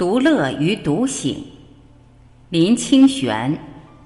独乐与独醒，林清玄。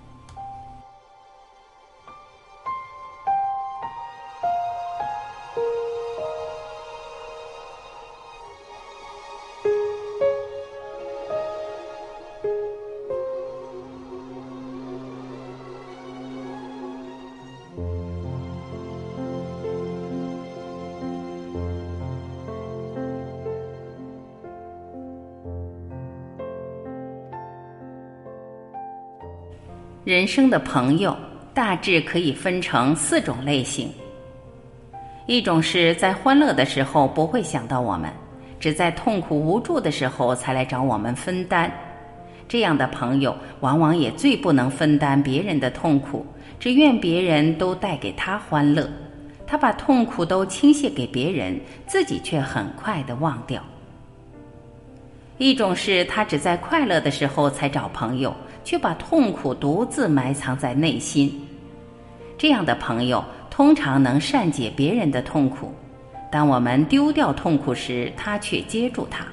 人生的朋友大致可以分成4种类型。一种是在欢乐的时候不会想到我们，只在痛苦无助的时候才来找我们分担。这样的朋友往往也最不能分担别人的痛苦，只愿别人都带给他欢乐。他把痛苦都倾泻给别人，自己却很快地忘掉。一种是他只在快乐的时候才找朋友，却把痛苦独自埋藏在内心。这样的朋友通常能善解别人的痛苦，当我们丢掉痛苦时，他却接住它。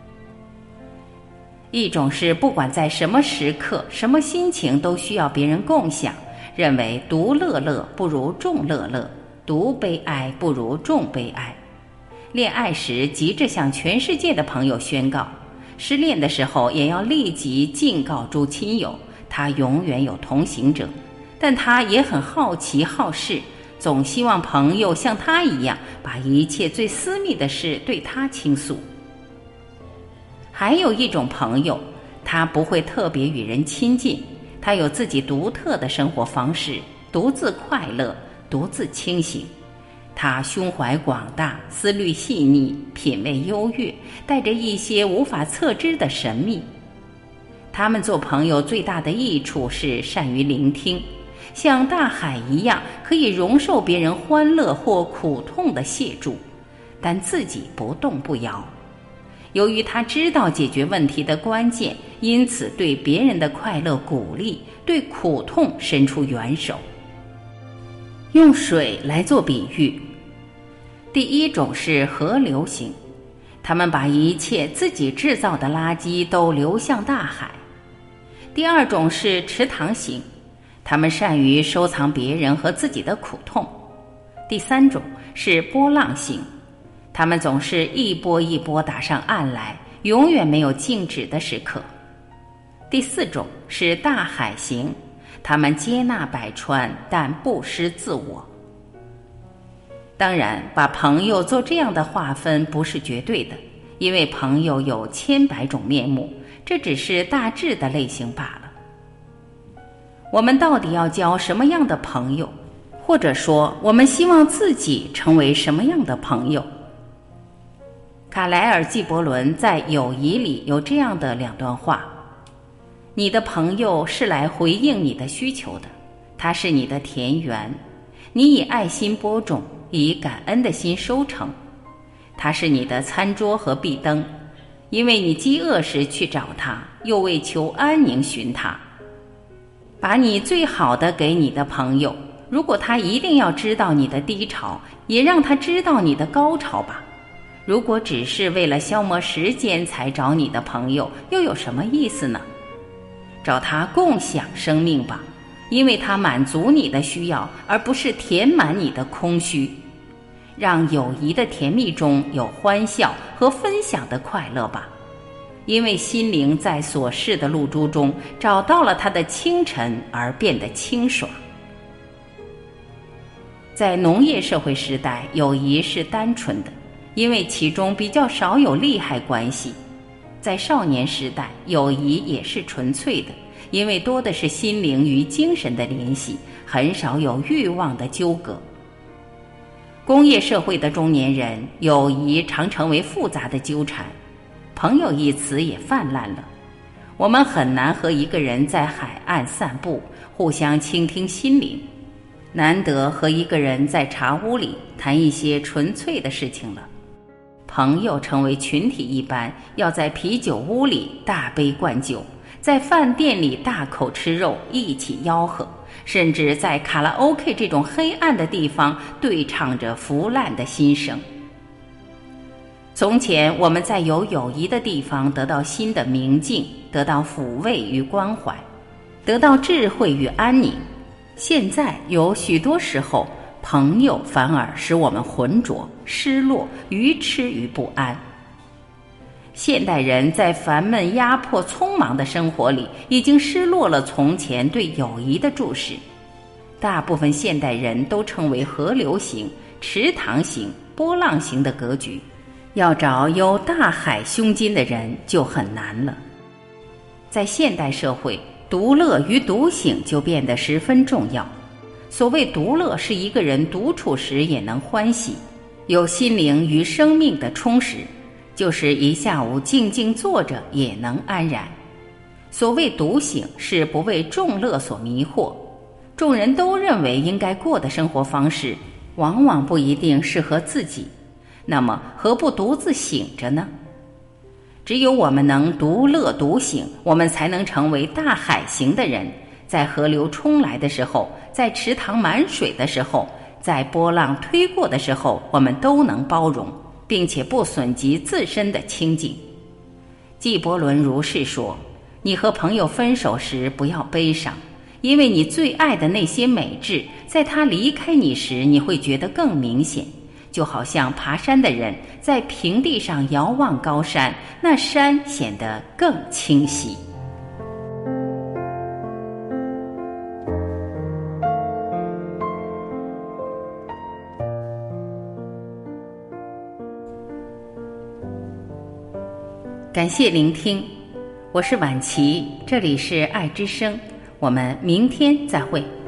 一种是不管在什么时刻、什么心情都需要别人共享，认为独乐乐不如众乐乐，独悲哀不如众悲哀。恋爱时急着向全世界的朋友宣告，失恋的时候也要立即敬告诸亲友，他永远有同行者。但他也很好奇好事，总希望朋友像他一样把一切最私密的事对他倾诉。还有一种朋友，他不会特别与人亲近，他有自己独特的生活方式，独自快乐，独自清醒。他胸怀广大，思虑细腻，品味优越，带着一些无法测知的神秘。他们做朋友最大的益处是善于聆听，像大海一样可以容受别人欢乐或苦痛的泻注，但自己不动不摇。由于他知道解决问题的关键，因此对别人的快乐鼓励，对苦痛伸出援手。用水来做比喻，第一种是河流型，他们把一切自己制造的垃圾都流向大海。第二种是池塘型，他们善于收藏别人和自己的苦痛。第三种是波浪型，他们总是一波一波打上岸来，永远没有静止的时刻。第四种是大海型，他们接纳百川，但不失自我。当然，把朋友做这样的划分不是绝对的，因为朋友有千百种面目，这只是大致的类型罢了。我们到底要交什么样的朋友？或者说，我们希望自己成为什么样的朋友？卡莱尔·纪伯伦在《友谊》里有这样的2段话：你的朋友是来回应你的需求的，他是你的田园，你以爱心播种，以感恩的心收成。他是你的餐桌和壁灯，因为你饥饿时去找他，又为求安宁寻他。把你最好的给你的朋友，如果他一定要知道你的低潮，也让他知道你的高潮吧。如果只是为了消磨时间才找你的朋友，又有什么意思呢？找他共享生命吧，因为他满足你的需要，而不是填满你的空虚。让友谊的甜蜜中有欢笑和分享的快乐吧，因为心灵在琐事的露珠中找到了它的清晨而变得清爽。在农业社会时代，友谊是单纯的，因为其中比较少有利害关系。在少年时代，友谊也是纯粹的，因为多的是心灵与精神的联系，很少有欲望的纠葛。工业社会的中年人，友谊常成为复杂的纠缠，朋友一词也泛滥了。我们很难和一个人在海岸散步，互相倾听心灵，难得和一个人在茶屋里谈一些纯粹的事情了。朋友成为群体一般，要在啤酒屋里大杯灌酒，在饭店里大口吃肉，一起吆喝，甚至在卡拉 OK 这种黑暗的地方对唱着腐烂的心声。 从前我们在有友谊的地方得到心的明净，得到抚慰与关怀，得到智慧与安宁。现在有许多时候，朋友反而使我们浑浊、失落、愚痴与不安。现代人在烦闷、压迫、匆忙的生活里，已经失落了从前对友谊的注视。大部分现代人都称为河流型、池塘型、波浪型的格局，要找有大海胸襟的人就很难了。在现代社会，独乐与独醒就变得十分重要。所谓独乐，是一个人独处时也能欢喜，有心灵与生命的充实，就是一下午静静坐着也能安然。所谓独醒，是不为众乐所迷惑，众人都认为应该过的生活方式，往往不一定适合自己，那么何不独自醒着呢？只有我们能独乐独醒，我们才能成为大海型的人，在河流冲来的时候，在池塘满水的时候，在波浪推过的时候，我们都能包容，并且不损及自身的清净。纪伯伦如是说，你和朋友分手时不要悲伤，因为你最爱的那些美质，在他离开你时，你会觉得更明显。就好像爬山的人在平地上遥望高山，那山显得更清晰。感谢聆听，我是婉琪，这里是爱之声，我们明天再会。